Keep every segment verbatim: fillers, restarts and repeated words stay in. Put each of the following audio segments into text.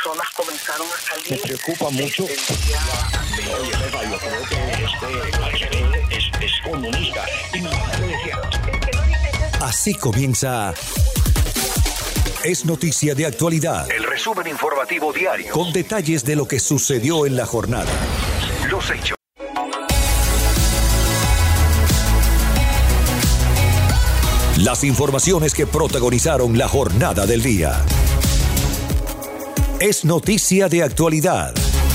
personas comenzaron a salir. Me preocupa mucho. Oye, Pepa, yo creo que este es, es comunista. Y mi padre decía... Así comienza Es Noticia de Actualidad. El resumen informativo diario. Con detalles de lo que sucedió en la jornada. Los hechos. Las informaciones que protagonizaron la jornada del día. Es Noticia de Actualidad.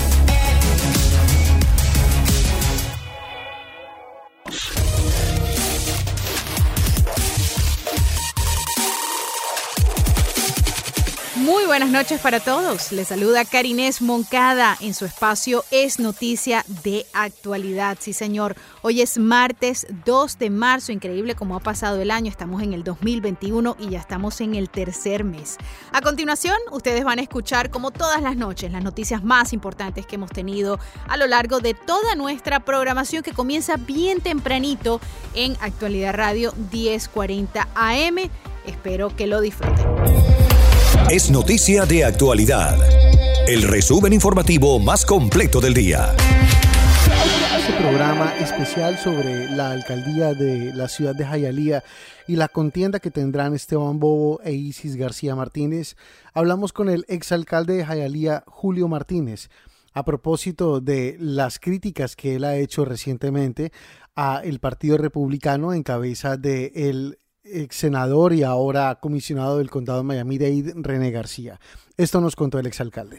Muy buenas noches para todos. Les saluda Karinés Moncada en su espacio Es Noticia de Actualidad. Sí, señor. Hoy es martes dos de marzo. Increíble cómo ha pasado el año. Estamos en el dos mil veintiuno y ya estamos en el tercer mes. A continuación, ustedes van a escuchar, como todas las noches, las noticias más importantes que hemos tenido a lo largo de toda nuestra programación, que comienza bien tempranito en Actualidad Radio diez cuarenta A M. Espero que lo disfruten. Es Noticia de Actualidad. El resumen informativo más completo del día. Este programa especial sobre la alcaldía de la ciudad de Hialeah y la contienda que tendrán Esteban Bobo e Isis García Martínez, hablamos con el exalcalde de Hialeah, Julio Martínez, a propósito de las críticas que él ha hecho recientemente a el Partido Republicano en cabeza de el ex senador y ahora comisionado del condado de Miami-Dade, René García. Esto nos contó el exalcalde.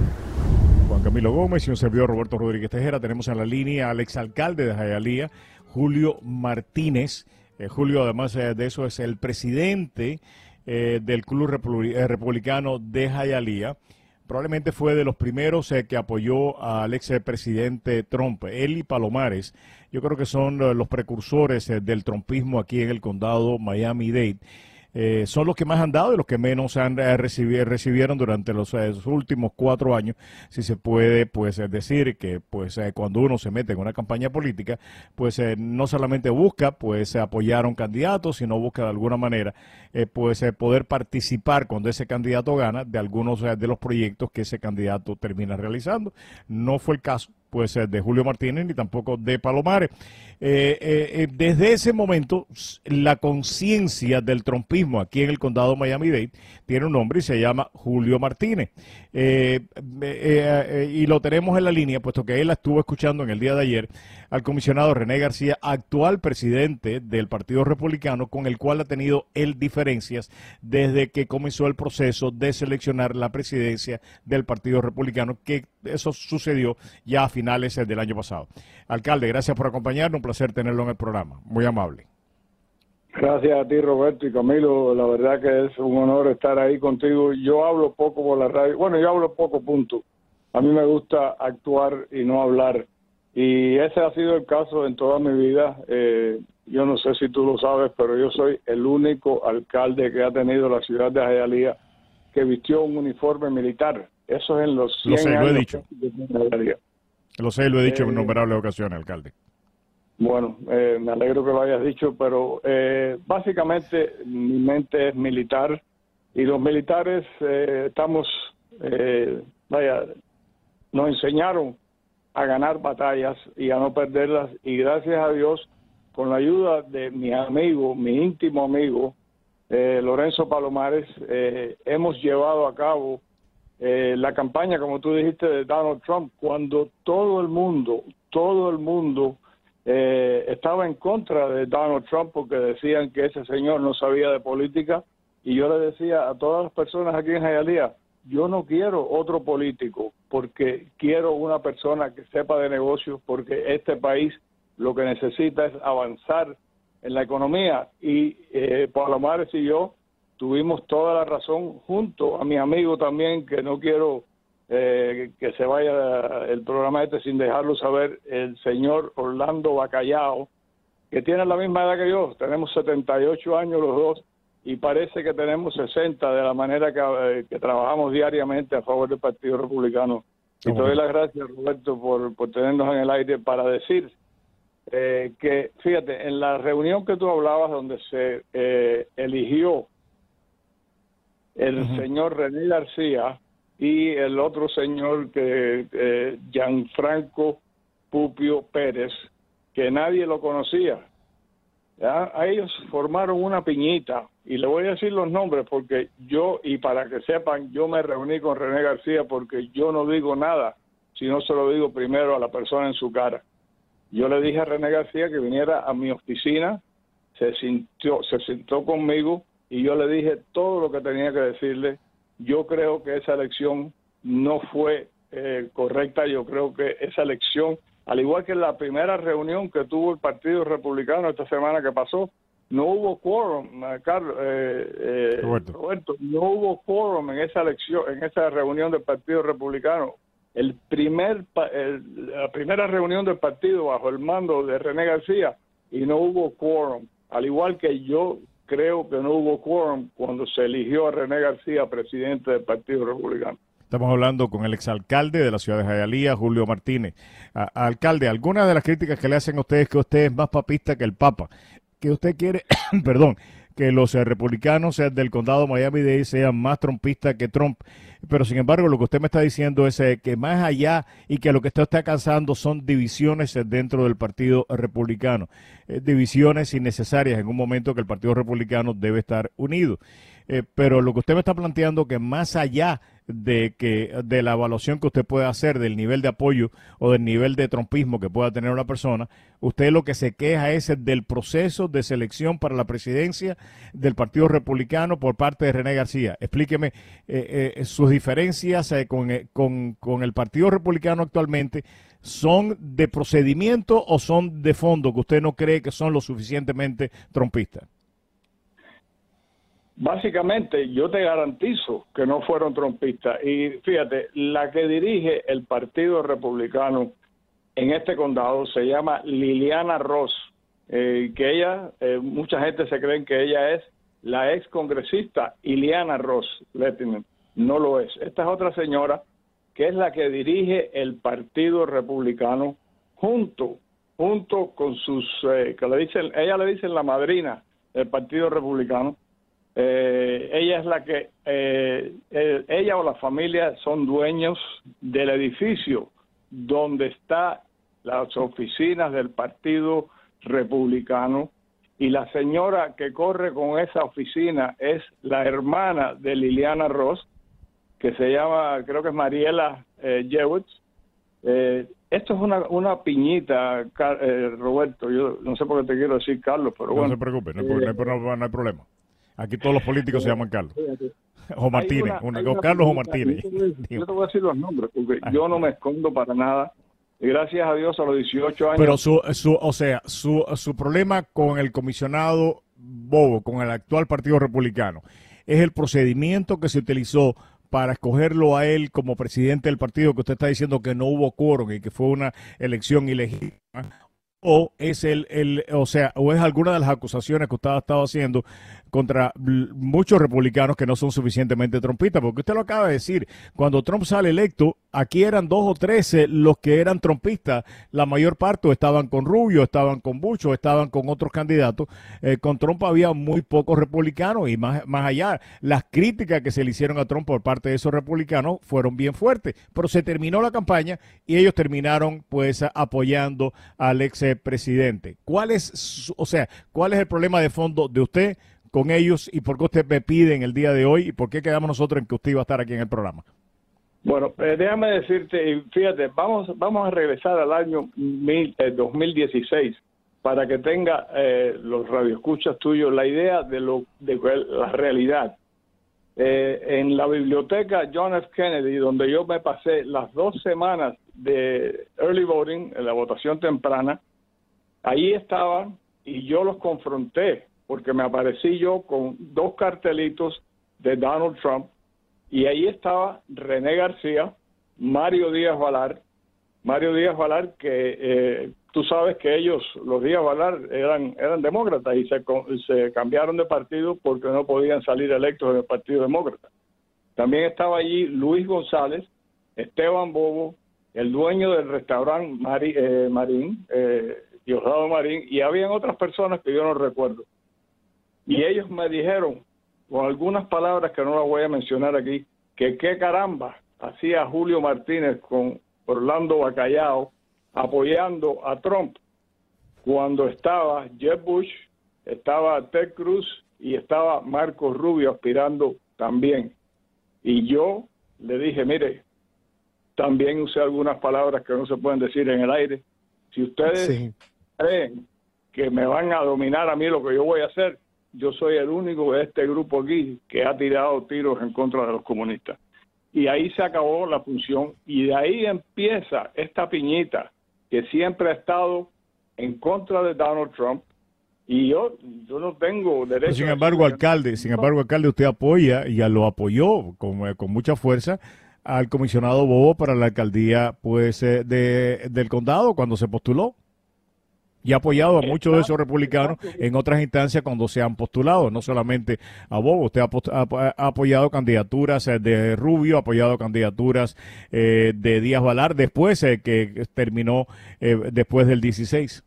Juan Camilo Gómez y un servidor Roberto Rodríguez Tejera. Tenemos en la línea al exalcalde de Hialeah, Julio Martínez. Eh, Julio, además eh, de eso, es el presidente eh, del Club Repul- eh, Republicano de Hialeah. Probablemente fue de los primeros eh, que apoyó al expresidente Trump. Él y Palomares, yo creo que son eh, los precursores eh, del trumpismo aquí en el condado Miami-Dade. Eh, son los que más han dado y los que menos han eh, recibi- recibieron durante los, eh, los últimos cuatro años. Si se puede, pues eh, decir que, pues, eh, cuando uno se mete en una campaña política, pues eh, no solamente busca, pues, eh, apoyar a un candidato, sino busca de alguna manera, eh, pues, eh, poder participar cuando ese candidato gana de algunos eh, de los proyectos que ese candidato termina realizando. No fue el caso, pues, eh, de Julio Martínez ni tampoco de Palomares. Eh, eh, eh, desde ese momento, la conciencia del trumpismo aquí en el condado Miami-Dade tiene un nombre y se llama Julio Martínez. Eh, eh, eh, y lo tenemos en la línea, puesto que él estuvo escuchando en el día de ayer al comisionado René García, actual presidente del Partido Republicano, con el cual ha tenido él diferencias desde que comenzó el proceso de seleccionar la presidencia del Partido Republicano, que eso sucedió ya a finales del año pasado. Alcalde, gracias por acompañarnos, un placer tenerlo en el programa, muy amable. Gracias a ti, Roberto y Camilo, la verdad que es un honor estar ahí contigo. Yo hablo poco por la radio, bueno, yo hablo poco, punto. A mí me gusta actuar y no hablar, y ese ha sido el caso en toda mi vida. Eh, yo no sé si tú lo sabes, pero yo soy el único alcalde que ha tenido la ciudad de Hialeah que vistió un uniforme militar. Eso es en los cien lo sé, años. Lo he dicho. De Hialeah. Lo sé, lo he dicho eh, en innumerables ocasiones, alcalde. Bueno, eh, me alegro que lo hayas dicho, pero eh, básicamente mi mente es militar y los militares eh, estamos, eh, vaya, nos enseñaron a ganar batallas y a no perderlas, y gracias a Dios, con la ayuda de mi amigo, mi íntimo amigo, eh, Lorenzo Palomares, eh, hemos llevado a cabo eh, la campaña, como tú dijiste, de Donald Trump, cuando todo el mundo, todo el mundo eh, estaba en contra de Donald Trump porque decían que ese señor no sabía de política, y yo le decía a todas las personas aquí en Hialeah, yo no quiero otro político, porque quiero una persona que sepa de negocios, porque este país lo que necesita es avanzar en la economía, y eh, Palomares y yo tuvimos toda la razón, junto a mi amigo también, que no quiero eh, que se vaya el programa este sin dejarlo saber, el señor Orlando Bacallao, que tiene la misma edad que yo, tenemos setenta y ocho años los dos, y parece que tenemos sesenta de la manera que, eh, que trabajamos diariamente a favor del Partido Republicano. Y te doy las gracias, Roberto, por, por tenernos en el aire para decir eh, que, fíjate, en la reunión que tú hablabas donde se eh, eligió el uh-huh. señor René García, y el otro señor, que eh, Gianfranco Pupio Pérez, que nadie lo conocía. ¿Ya? A ellos formaron una piñita, y le voy a decir los nombres porque yo, y para que sepan, yo me reuní con René García porque yo no digo nada si no se lo digo primero a la persona en su cara. Yo le dije a René García que viniera a mi oficina, se sintió, se sentó conmigo y yo le dije todo lo que tenía que decirle. Yo creo que esa elección no fue eh, correcta, yo creo que esa elección, al igual que la primera reunión que tuvo el Partido Republicano esta semana que pasó, no hubo quórum, Carlos, eh, eh, Roberto. Roberto, no hubo quórum en esa elección, en esa reunión del Partido Republicano. El primer, el, la primera reunión del partido bajo el mando de René García, y no hubo quórum, al igual que yo creo que no hubo quórum cuando se eligió a René García presidente del Partido Republicano. Estamos hablando con el exalcalde de la ciudad de Hialeah, Julio Martínez. A, alcalde, algunas de las críticas que le hacen a ustedes es que usted es más papista que el Papa, que usted quiere, perdón, que los eh, republicanos eh, del condado de Miami-Dade sean más trumpistas que Trump. Pero sin embargo, lo que usted me está diciendo es eh, que más allá y que lo que usted está causando son divisiones eh, dentro del Partido Republicano. Eh, divisiones innecesarias en un momento que el Partido Republicano debe estar unido. Eh, pero lo que usted me está planteando que más allá de que de la evaluación que usted puede hacer del nivel de apoyo o del nivel de trumpismo que pueda tener una persona, usted lo que se queja es del proceso de selección para la presidencia del Partido Republicano por parte de René García. Explíqueme eh, eh, sus diferencias eh, con, eh, con, con el Partido Republicano actualmente. ¿Son de procedimiento o son de fondo que usted no cree que son lo suficientemente trumpistas? Básicamente, yo te garantizo que no fueron trumpistas. Y fíjate, la que dirige el Partido Republicano en este condado se llama Liliana Ross, eh, que ella, eh, mucha gente se cree que ella es la ex congresista Ileana Ross Lehtinen. No lo es. Esta es otra señora que es la que dirige el Partido Republicano junto, junto con sus, eh, que le dicen, ella le dicen la madrina del Partido Republicano. Eh, ella es la que, eh, eh, ella o la familia son dueños del edificio donde están las oficinas del Partido Republicano, y la señora que corre con esa oficina es la hermana de Liliana Ross, que se llama, creo que es Mariela eh, Jewett. Eh, esto es una, una piñita, eh, Roberto, yo no sé por qué te quiero decir Carlos, pero no bueno. No se preocupe, no hay, eh, no, no, no hay problema. Aquí todos los políticos se llaman Carlos. O Martínez, una, una, o Carlos o Martínez. Yo te, voy, yo te voy a decir los nombres, porque Ay. yo no me escondo para nada. Y gracias a Dios a los dieciocho años... Pero su, su o sea, su, su problema con el comisionado Bobo, con el actual Partido Republicano, es el procedimiento que se utilizó para escogerlo a él como presidente del partido, que usted está diciendo que no hubo quórum y que fue una elección ilegítima. O es el, el, o sea, o es alguna de las acusaciones que usted ha estado haciendo contra muchos republicanos que no son suficientemente trumpistas, porque usted lo acaba de decir, cuando Trump sale electo, aquí eran dos o tres los que eran trumpistas, la mayor parte estaban con Rubio, estaban con Bush, estaban con otros candidatos, eh, con Trump había muy pocos republicanos, y más, más allá, las críticas que se le hicieron a Trump por parte de esos republicanos fueron bien fuertes, pero se terminó la campaña y ellos terminaron pues apoyando al ex presidente. ¿Cuál es, o sea, cuál es el problema de fondo de usted con ellos y por qué usted me pide en el día de hoy y por qué quedamos nosotros en que usted iba a estar aquí en el programa? Bueno, eh, déjame decirte, fíjate, vamos vamos a regresar al año mil, eh, dos mil dieciséis para que tenga eh, los radioescuchas tuyos la idea de lo de la realidad. Eh, en la biblioteca John F. Kennedy, donde yo me pasé las dos semanas de early voting, en la votación temprana, ahí estaban y yo los confronté porque me aparecí yo con dos cartelitos de Donald Trump y ahí estaba René García, Mario Díaz Balart, Mario Díaz Balart que eh, tú sabes que ellos, los Díaz Balart, eran, eran demócratas y se, se cambiaron de partido porque no podían salir electos del Partido Demócrata. También estaba allí Luis González, Esteban Bobo, el dueño del restaurante Mari, eh, Marín, eh, Diosdado Marín, y habían otras personas que yo no recuerdo. Y ellos me dijeron, con algunas palabras que no las voy a mencionar aquí, que qué caramba hacía Julio Martínez con Orlando Bacallao apoyando a Trump cuando estaba Jeb Bush, estaba Ted Cruz y estaba Marco Rubio aspirando también. Y yo le dije, mire, también usé algunas palabras que no se pueden decir en el aire. Si ustedes sí. creen que me van a dominar a mí lo que yo voy a hacer, yo soy el único de este grupo aquí que ha tirado tiros en contra de los comunistas. Y ahí se acabó la función y de ahí empieza esta piñita que siempre ha estado en contra de Donald Trump. Y yo, yo no tengo derecho. Pero sin embargo, alcalde, sin embargo, alcalde, usted apoya y ya lo apoyó con, con mucha fuerza al comisionado Bobo para la alcaldía, pues, eh, de, del condado cuando se postuló. Y ha apoyado a muchos de esos republicanos en otras instancias cuando se han postulado, no solamente a Bobo. Usted ha, ha, ha apoyado candidaturas de Rubio, ha apoyado candidaturas eh, de Díaz Balart, después eh, que terminó eh, después del dieciséis.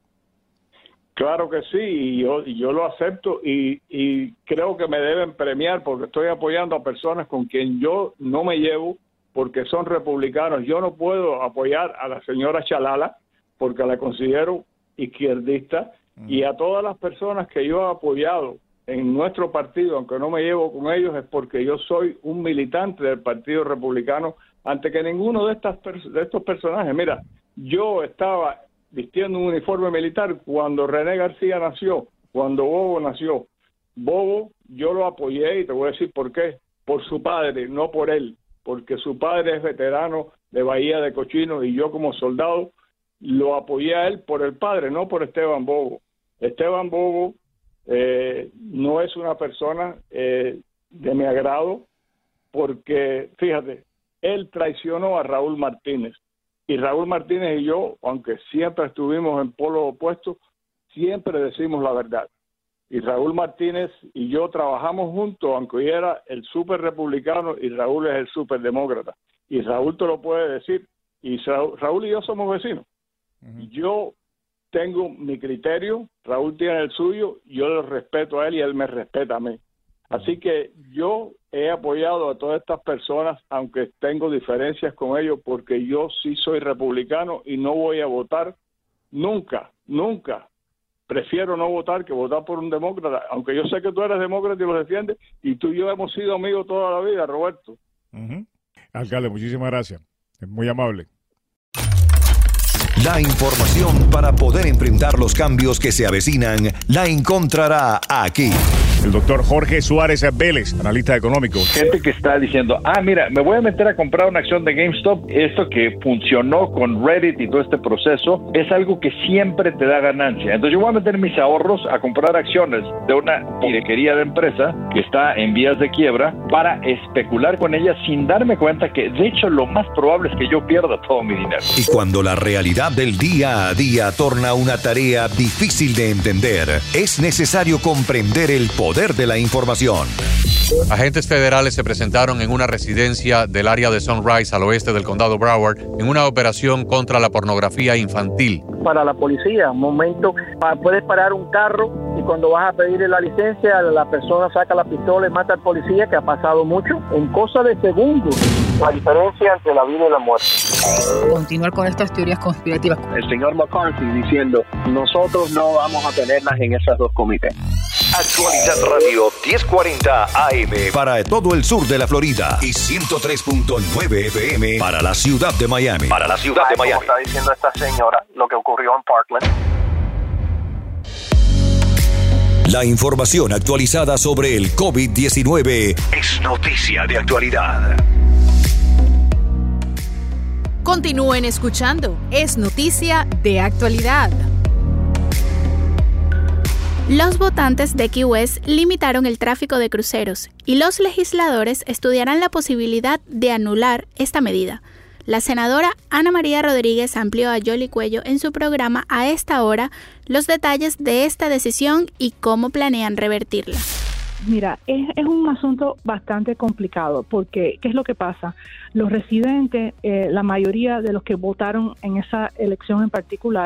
Claro que sí, y yo, y yo lo acepto y, y creo que me deben premiar porque estoy apoyando a personas con quien yo no me llevo porque son republicanos. Yo no puedo apoyar a la señora Chalala porque la considero izquierdista, mm. y a todas las personas que yo he apoyado en nuestro partido, aunque no me llevo con ellos, es porque yo soy un militante del Partido Republicano ante que ninguno de, estas de estos personajes. Mira, yo estaba vistiendo un uniforme militar cuando René García nació, cuando Bobo nació. Bobo yo lo apoyé y te voy a decir por qué, por su padre, no por él, porque su padre es veterano de Bahía de Cochinos y yo como soldado lo apoyé a él por el padre, no por Esteban Bobo. Esteban Bobo eh, no es una persona eh, de mi agrado porque, fíjate, él traicionó a Raúl Martínez. Y Raúl Martínez y yo, aunque siempre estuvimos en polos opuestos, siempre decimos la verdad. Y Raúl Martínez y yo trabajamos juntos, aunque yo era el súper republicano y Raúl es el súper demócrata. Y Raúl te lo puede decir. Y Raúl, Raúl y yo somos vecinos. Yo tengo mi criterio, Raúl tiene el suyo, yo lo respeto a él y él me respeta a mí. Así que yo he apoyado a todas estas personas, aunque tengo diferencias con ellos, porque yo sí soy republicano y no voy a votar nunca, nunca. Prefiero no votar que votar por un demócrata, aunque yo sé que tú eres demócrata y lo defiendes, y tú y yo hemos sido amigos toda la vida, Roberto. Uh-huh. Alcalde, muchísimas gracias. Es muy amable. La información para poder enfrentar los cambios que se avecinan la encontrará aquí. El doctor Jorge Suárez Vélez, analista económico. Gente que está diciendo, ah, mira, me voy a meter a comprar una acción de GameStop. Esto que funcionó con Reddit y todo este proceso es algo que siempre te da ganancia. Entonces yo voy a meter mis ahorros a comprar acciones de una pirequería de empresa que está en vías de quiebra para especular con ella sin darme cuenta que, de hecho, lo más probable es que yo pierda todo mi dinero. Y cuando la realidad del día a día torna una tarea difícil de entender, es necesario comprender el poder de la información. Agentes federales se presentaron en una residencia del área de Sunrise, al oeste del condado Broward, en una operación contra la pornografía infantil. Para la policía, un momento, puedes parar un carro y cuando vas a pedirle la licencia, la persona saca la pistola y mata al policía, que ha pasado mucho, en cosa de segundos. La diferencia entre la vida y la muerte. Continuar con estas teorías conspirativas. El señor McCarthy diciendo, nosotros no vamos a tenerlas en esas dos comités. Actualidad Radio diez cuarenta A M para todo el sur de la Florida y ciento tres punto nueve F M para la ciudad de Miami. Para la ciudad de Miami. Como está diciendo esta señora, lo que ocurrió en Parkland. La información actualizada sobre el COVID diecinueve es noticia de actualidad. Continúen escuchando, es noticia de actualidad. Los votantes de Key West limitaron el tráfico de cruceros y los legisladores estudiarán la posibilidad de anular esta medida. La senadora Ana María Rodríguez amplió a Yoli Cuello en su programa A Esta Hora los detalles de esta decisión y cómo planean revertirla. Mira, es, es un asunto bastante complicado porque, ¿qué es lo que pasa? Los residentes, eh, la mayoría de los que votaron en esa elección en particular,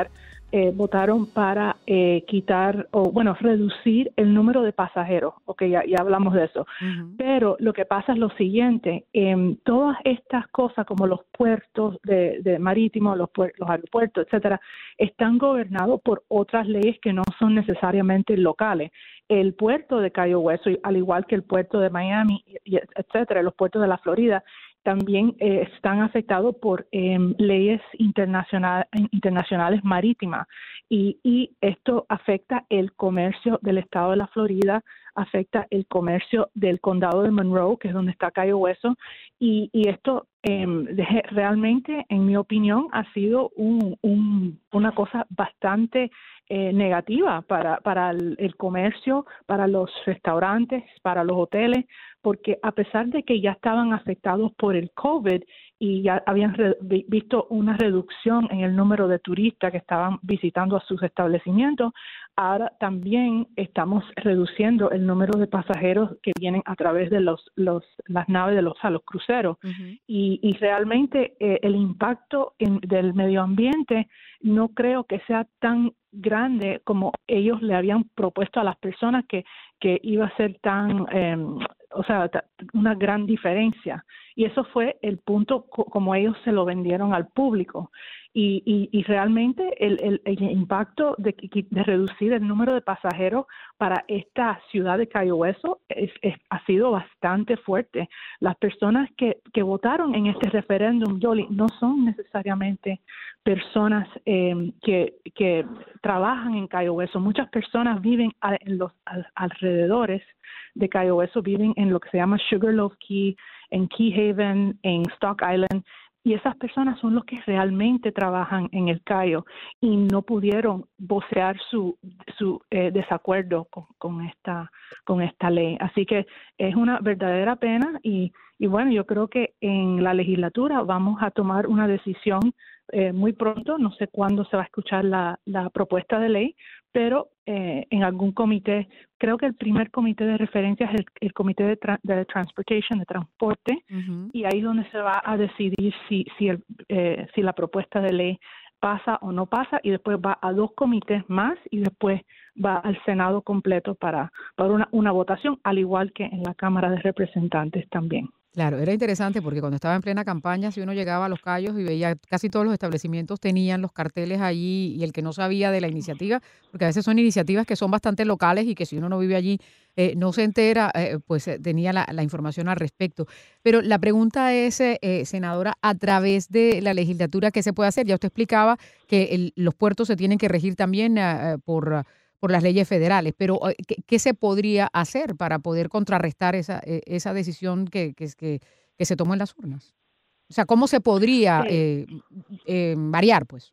eh, votaron para eh, quitar o, bueno, reducir el número de pasajeros. Ok, ya, ya hablamos de eso. Uh-huh. Pero lo que pasa es lo siguiente, eh, todas estas cosas como los puertos de, de marítimos, los, puer- los aeropuertos, etcétera, están gobernados por otras leyes que no son necesariamente locales. El puerto de Cayo Hueso, al igual que el puerto de Miami, etcétera, los puertos de la Florida, también eh, están afectados por eh, leyes internacional, internacionales marítimas y, y esto afecta el comercio del estado de la Florida, afecta el comercio del condado de Monroe, que es donde está Cayo Hueso, y, y esto eh, de, realmente, en mi opinión, ha sido un, un, una cosa bastante eh, negativa para, para el, el comercio, para los restaurantes, para los hoteles, porque a pesar de que ya estaban afectados por el COVID y ya habían re- visto una reducción en el número de turistas que estaban visitando a sus establecimientos, ahora también estamos reduciendo el número de pasajeros que vienen a través de los, los las naves de los, a los cruceros. Uh-huh. Y, y realmente eh, el impacto en, del medio ambiente no creo que sea tan grande como ellos le habían propuesto a las personas, que, que iba a ser tan, eh, o sea, una gran diferencia. Y eso fue el punto co- como ellos se lo vendieron al público. Y, y, y realmente el, el, el impacto de, de reducir el número de pasajeros para esta ciudad de Cayo Hueso es, es, ha sido bastante fuerte. Las personas que, que votaron en este referéndum, Yoli, no son necesariamente personas eh, que, que trabajan en Cayo Hueso. Muchas personas viven a, en los a, alrededores de Cayo Hueso, viven en lo que se llama Sugarloaf Key, en Key Haven, en Stock Island. Y esas personas son los que realmente trabajan en el Cayo y no pudieron vocear su, su eh, desacuerdo con, con, esta, con esta ley. Así que es una verdadera pena y, y bueno, yo creo que en la legislatura vamos a tomar una decisión eh, muy pronto. No sé cuándo se va a escuchar la, la propuesta de ley, pero eh, en algún comité, creo que el primer comité de referencia es el, el comité de, tra- de transportation, de transporte, uh-huh. Y ahí es donde se va a decidir si, si, el, eh, si la propuesta de ley pasa o no pasa, y después va a dos comités más y después va al Senado completo para, para una, una votación, al igual que en la Cámara de Representantes también. Claro, era interesante porque cuando estaba en plena campaña, si uno llegaba a Los Cayos y veía casi todos los establecimientos tenían los carteles allí, y el que no sabía de la iniciativa, porque a veces son iniciativas que son bastante locales y que si uno no vive allí eh, no se entera, eh, pues eh, tenía la, la información al respecto. Pero la pregunta es, eh, senadora, a través de la legislatura, ¿qué se puede hacer? Ya usted explicaba que el, los puertos se tienen que regir también eh, por... por las leyes federales, pero ¿qué, qué se podría hacer para poder contrarrestar esa, esa decisión que, que, que, que se tomó en las urnas? O sea, ¿cómo se podría eh, eh, variar, pues?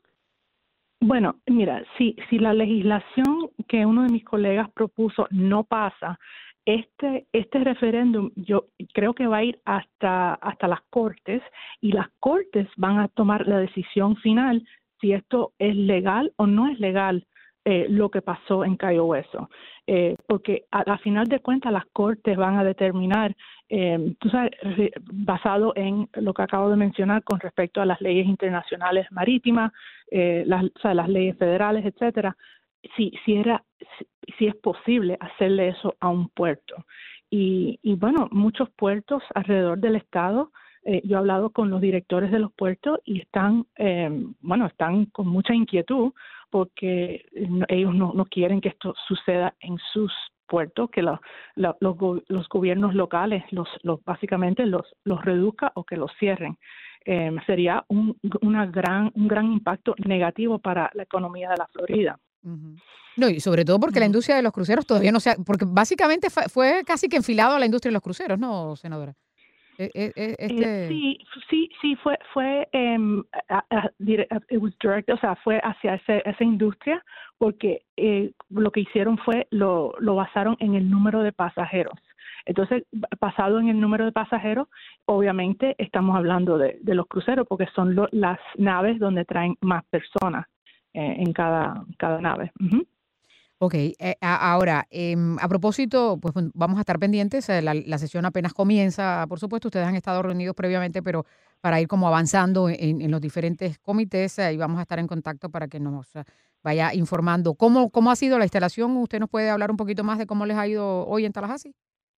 Bueno, mira, si, si la legislación que uno de mis colegas propuso no pasa, este, este referéndum yo creo que va a ir hasta, hasta las Cortes, y las Cortes van a tomar la decisión final si esto es legal o no es legal. Eh, lo que pasó en Cayo Hueso, eh, porque a, a final de cuentas las cortes van a determinar, eh, tú sabes, basado en lo que acabo de mencionar con respecto a las leyes internacionales marítimas, eh, las, o sea, las leyes federales, etcétera, si, si era, si, si es posible hacerle eso a un puerto. Y, y bueno, muchos puertos alrededor del estado. Eh, yo he hablado con los directores de los puertos y están, eh, bueno, están con mucha inquietud porque ellos no, no quieren que esto suceda en sus puertos, que la, la, los, los gobiernos locales los, los básicamente los, los reduzcan o que los cierren. Eh, sería un, una gran, un gran impacto negativo para la economía de la Florida. Uh-huh. No, y sobre todo porque uh-huh. la industria de los cruceros todavía no se ha, porque básicamente fue, fue casi que enfilado a la industria de los cruceros, ¿no, senadora? Eh, eh, este... eh, sí, sí, sí, fue, fue, um, a, a, it was direct, o sea, fue hacia ese, esa industria, porque eh, lo que hicieron fue, lo, lo basaron en el número de pasajeros. Entonces, basado en el número de pasajeros, obviamente estamos hablando de, de los cruceros, porque son lo, las naves donde traen más personas eh, en cada, cada nave. Uh-huh. Ok, eh, ahora, eh, a propósito, pues vamos a estar pendientes, la, la sesión apenas comienza, por supuesto, ustedes han estado reunidos previamente, pero para ir como avanzando en, en los diferentes comités, ahí vamos a estar en contacto para que nos, vaya informando. ¿Cómo, cómo ha sido la instalación? ¿Usted nos puede hablar un poquito más de cómo les ha ido hoy en Tallahassee?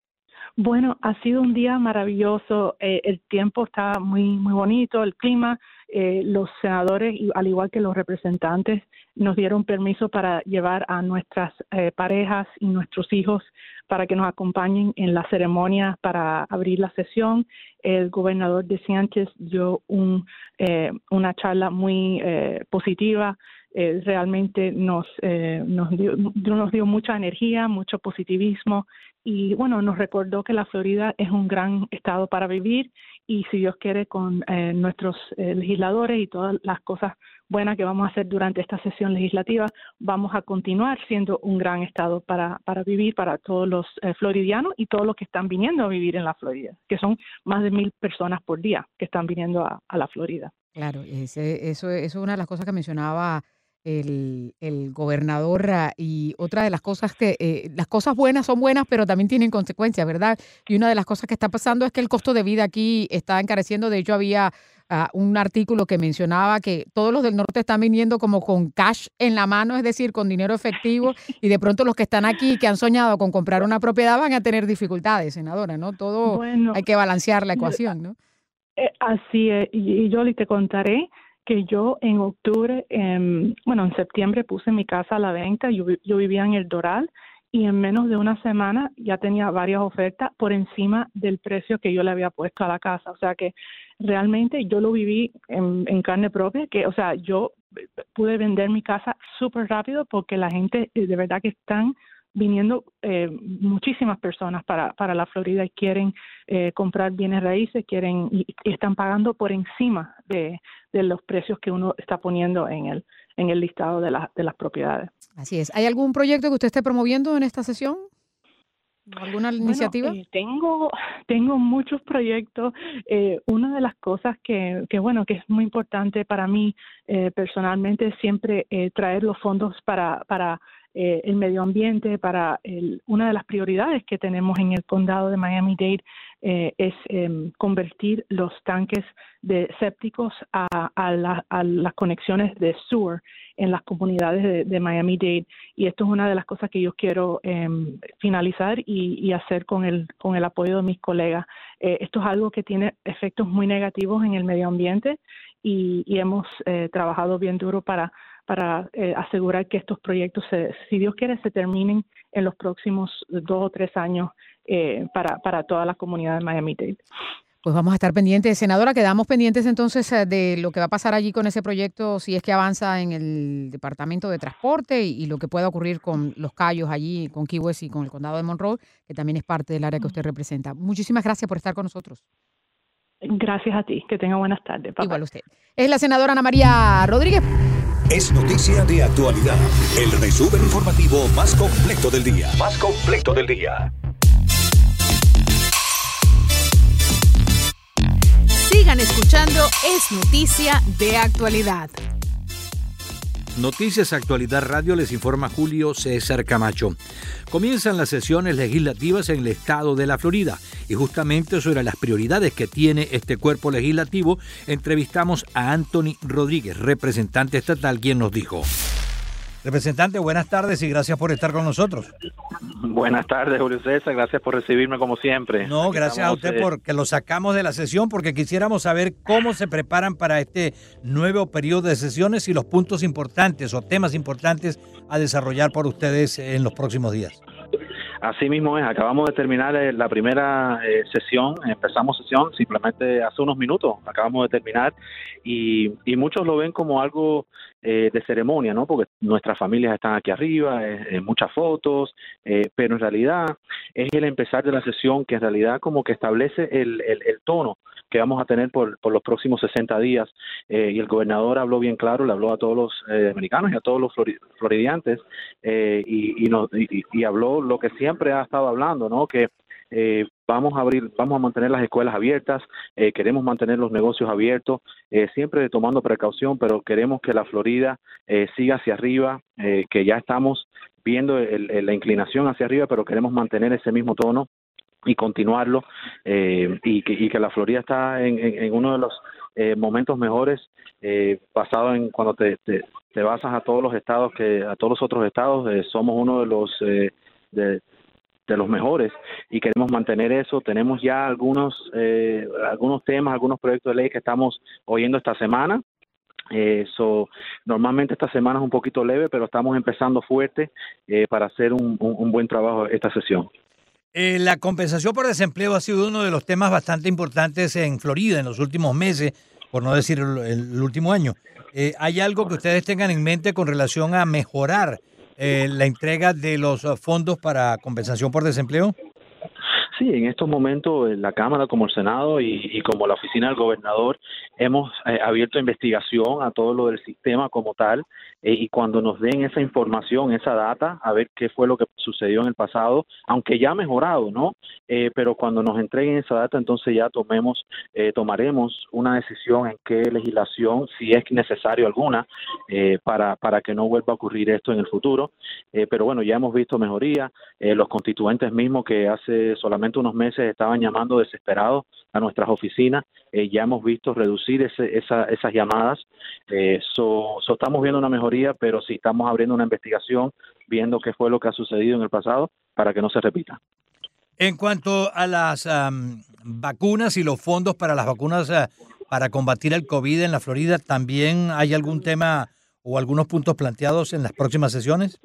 Bueno, ha sido un día maravilloso. Eh, el tiempo está muy muy bonito, el clima. Eh, los senadores, al igual que los representantes, nos dieron permiso para llevar a nuestras eh, parejas y nuestros hijos para que nos acompañen en la ceremonia para abrir la sesión. El gobernador DeSantis dio un, eh, una charla muy eh, positiva. Eh, realmente nos, eh, nos, dio, nos dio mucha energía, mucho positivismo y bueno, nos recordó que la Florida es un gran estado para vivir y si Dios quiere con eh, nuestros eh, legisladores y todas las cosas buenas que vamos a hacer durante esta sesión legislativa, vamos a continuar siendo un gran estado para, para vivir para todos los eh, floridianos y todos los que están viniendo a vivir en la Florida, que son más de mil personas por día que están viniendo a, a la Florida. Claro, ese, eso, eso es una de las cosas que mencionaba el, el gobernador uh, y otra de las cosas que, eh, las cosas buenas son buenas, pero también tienen consecuencias, ¿verdad? Y una de las cosas que está pasando es que el costo de vida aquí está encareciendo. De hecho, había uh, un artículo que mencionaba que todos los del norte están viniendo como con cash en la mano, es decir, con dinero efectivo, y de pronto los que están aquí, que han soñado con comprar una propiedad, van a tener dificultades, senadora, ¿no? Todo bueno, hay que balancear la ecuación, ¿no? Eh, así es, y, y yo te contaré que yo en octubre, eh, bueno, en septiembre puse mi casa a la venta, yo, yo vivía en El Doral y en menos de una semana ya tenía varias ofertas por encima del precio que yo le había puesto a la casa. O sea que realmente yo lo viví en, en carne propia, que, o sea, yo pude vender mi casa súper rápido porque la gente de verdad que están viniendo eh, muchísimas personas para, para la Florida y quieren eh, comprar bienes raíces, quieren y, y están pagando por encima de, de los precios que uno está poniendo en el en el listado de, la, de las propiedades. Así es. ¿Hay algún proyecto que usted esté promoviendo en esta sesión? ¿Alguna iniciativa? Bueno, eh, tengo tengo muchos proyectos. Eh, una de las cosas que, que bueno que es muy importante para mí eh, personalmente es siempre eh, traer los fondos para para eh, el medio ambiente, para el, una de las prioridades que tenemos en el condado de Miami-Dade eh, es eh, convertir los tanques de sépticos a, a, la, a las conexiones de sewer en las comunidades de, de Miami-Dade, y esto es una de las cosas que yo quiero eh, finalizar y, y hacer con el con el apoyo de mis colegas. Eh, esto es algo que tiene efectos muy negativos en el medio ambiente y, y hemos eh, trabajado bien duro para para eh, asegurar que estos proyectos, se, si Dios quiere, se terminen en los próximos dos o tres años eh, para, para toda la comunidad de Miami-Dade. Pues vamos a estar pendientes. Senadora, quedamos pendientes entonces de lo que va a pasar allí con ese proyecto, si es que avanza en el Departamento de Transporte y, y lo que pueda ocurrir con los Cayos allí, con Key West y con el condado de Monroe, que también es parte del área que usted representa. Muchísimas gracias por estar con nosotros. Gracias a ti. Que tenga buenas tardes. Papá. Igual usted. Es la senadora Ana María Rodríguez. Es noticia de actualidad. El resumen informativo más completo del día. Más completo del día. Sigan escuchando Es Noticia de Actualidad. Noticias Actualidad Radio les informa Julio César Camacho. Comienzan las sesiones legislativas en el estado de la Florida y justamente sobre las prioridades que tiene este cuerpo legislativo entrevistamos a Anthony Rodríguez, representante estatal, quien nos dijo: Representante, buenas tardes y gracias por estar con nosotros. Buenas tardes, Julio César, gracias por recibirme como siempre. No, Aquí gracias estamos, a usted eh... porque lo sacamos de la sesión, porque quisiéramos saber cómo se preparan para este nuevo periodo de sesiones y los puntos importantes o temas importantes a desarrollar por ustedes en los próximos días. Así mismo es, acabamos de terminar eh, la primera eh, sesión, empezamos sesión simplemente hace unos minutos, acabamos de terminar y, y muchos lo ven como algo eh, de ceremonia, ¿no? Porque nuestras familias están aquí arriba, eh, eh, muchas fotos, eh, pero en realidad es el empezar de la sesión que en realidad como que establece el, el, el tono que vamos a tener por, por los próximos sesenta días eh, y el gobernador habló bien claro, le habló a todos los eh, americanos y a todos los flori- floridiantes eh, y, y, nos, y, y habló lo que siempre ha estado hablando, ¿no? Que eh, vamos a abrir, vamos a mantener las escuelas abiertas, eh, queremos mantener los negocios abiertos, eh, siempre tomando precaución, pero queremos que la Florida eh, siga hacia arriba, eh, que ya estamos viendo el, el, la inclinación hacia arriba, pero queremos mantener ese mismo tono y continuarlo eh, y, que, y que la Florida está en, en, en uno de los eh, momentos mejores, eh, basado en cuando te, te, te basas a todos los estados, que a todos los otros estados, eh, somos uno de los eh, de, de los mejores y queremos mantener eso. Tenemos ya algunos eh, algunos temas, algunos proyectos de ley que estamos oyendo esta semana. Eh, so, normalmente esta semana es un poquito leve, pero estamos empezando fuerte eh, para hacer un, un, un buen trabajo esta sesión. Eh, la compensación por desempleo ha sido uno de los temas bastante importantes en Florida en los últimos meses, por no decir el, el último año. Eh, ¿Hay algo que ustedes tengan en mente con relación a mejorar eh, la entrega de los fondos para compensación por desempleo? Sí, en estos momentos la Cámara como el Senado y, y como la Oficina del Gobernador hemos eh, abierto investigación a todo lo del sistema como tal eh, y cuando nos den esa información, esa data, a ver qué fue lo que sucedió en el pasado, aunque ya ha mejorado, ¿no? Eh, pero cuando nos entreguen esa data, entonces ya tomemos, eh, tomaremos una decisión en qué legislación, si es necesario alguna, eh, para, para que no vuelva a ocurrir esto en el futuro. Eh, pero bueno, ya hemos visto mejoría, eh, los constituyentes mismos que hace solamente unos meses estaban llamando desesperados a nuestras oficinas, eh, ya hemos visto reducir ese, esa, esas llamadas, eh, so, so estamos viendo una mejoría, pero sí estamos abriendo una investigación, viendo qué fue lo que ha sucedido en el pasado para que no se repita. En cuanto a las um, vacunas y los fondos para las vacunas uh, para combatir el COVID en la Florida, ¿también hay algún tema o algunos puntos planteados en las próximas sesiones?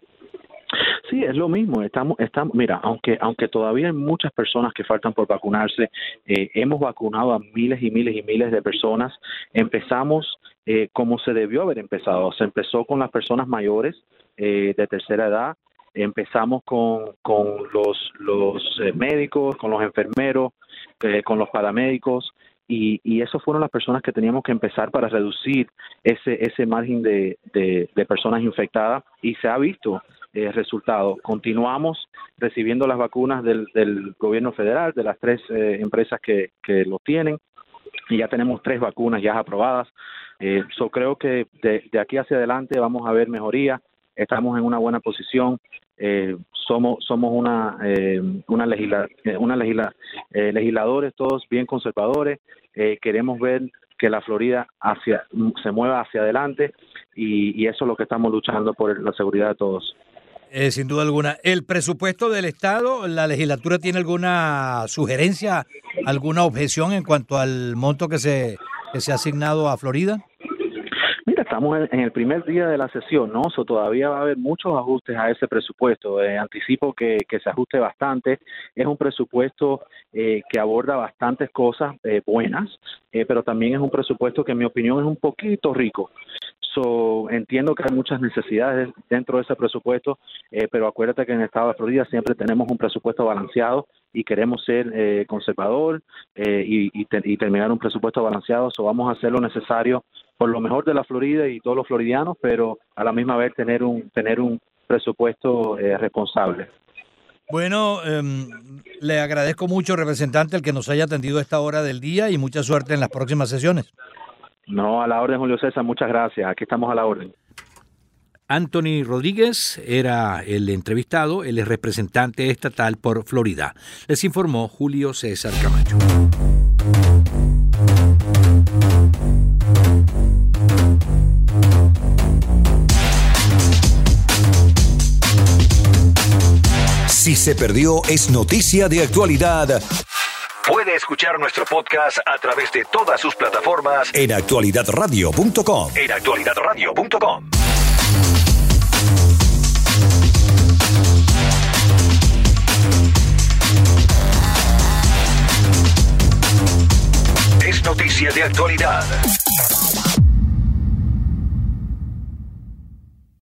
Sí, es lo mismo. Estamos, estamos, mira, aunque aunque todavía hay muchas personas que faltan por vacunarse, eh, hemos vacunado a miles y miles y miles de personas. Empezamos eh, como se debió haber empezado. Se empezó con las personas mayores eh, de tercera edad. Empezamos con, con los, los eh, médicos, con los enfermeros, eh, con los paramédicos. Y, y esas fueron las personas que teníamos que empezar para reducir ese ese margen de, de, de personas infectadas y se ha visto eh, resultado. Continuamos recibiendo las vacunas del, del gobierno federal, de las tres eh, empresas que, que lo tienen y ya tenemos tres vacunas ya aprobadas. Eh, so creo que de, de aquí hacia adelante vamos a ver mejoría. Estamos en una buena posición. Eh, somos somos una eh, una legisla, una legisla, eh, legisladores todos bien conservadores. Eh, queremos ver que la Florida hacia se mueva hacia adelante y, y eso es lo que estamos luchando por la seguridad de todos. Eh, sin duda alguna. ¿El presupuesto del Estado, la legislatura tiene alguna sugerencia, alguna objeción en cuanto al monto que se que se ha asignado a Florida? Mira, estamos en el primer día de la sesión, ¿no? So, todavía va a haber muchos ajustes a ese presupuesto. Eh, anticipo que, que se ajuste bastante. Es un presupuesto eh, que aborda bastantes cosas eh, buenas, eh, pero también es un presupuesto que, en mi opinión, es un poquito rico. So, entiendo que hay muchas necesidades dentro de ese presupuesto, eh, pero acuérdate que en el estado de Florida siempre tenemos un presupuesto balanceado y queremos ser eh, conservador eh, y, y, te, y terminar un presupuesto balanceado. So, vamos a hacer lo necesario por lo mejor de la Florida y todos los floridianos, pero a la misma vez tener un tener un presupuesto eh, responsable. Bueno, eh, le agradezco mucho, representante, el que nos haya atendido a esta hora del día y mucha suerte en las próximas sesiones. No, a la orden, Julio César, muchas gracias. Aquí estamos a la orden. Anthony Rodríguez era el entrevistado, él es representante estatal por Florida. Les informó Julio César Camacho. Si se perdió, es noticia de actualidad. Puede escuchar nuestro podcast a través de todas sus plataformas en actualidad radio punto com. En actualidad radio punto com. Es noticia de actualidad.